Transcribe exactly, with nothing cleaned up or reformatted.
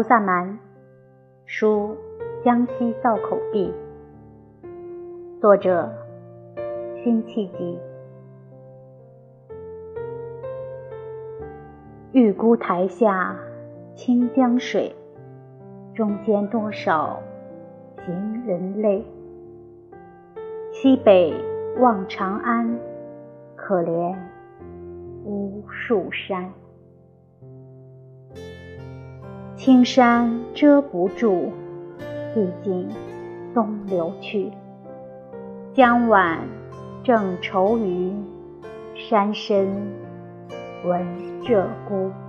菩萨蛮》，书江西造口壁。作者辛弃疾。玉孤台下清江水，中间多少行人泪。西北望长安，可怜无数山。青山遮不住，毕竟东流去。江晚正愁余，山深闻鹧鸪。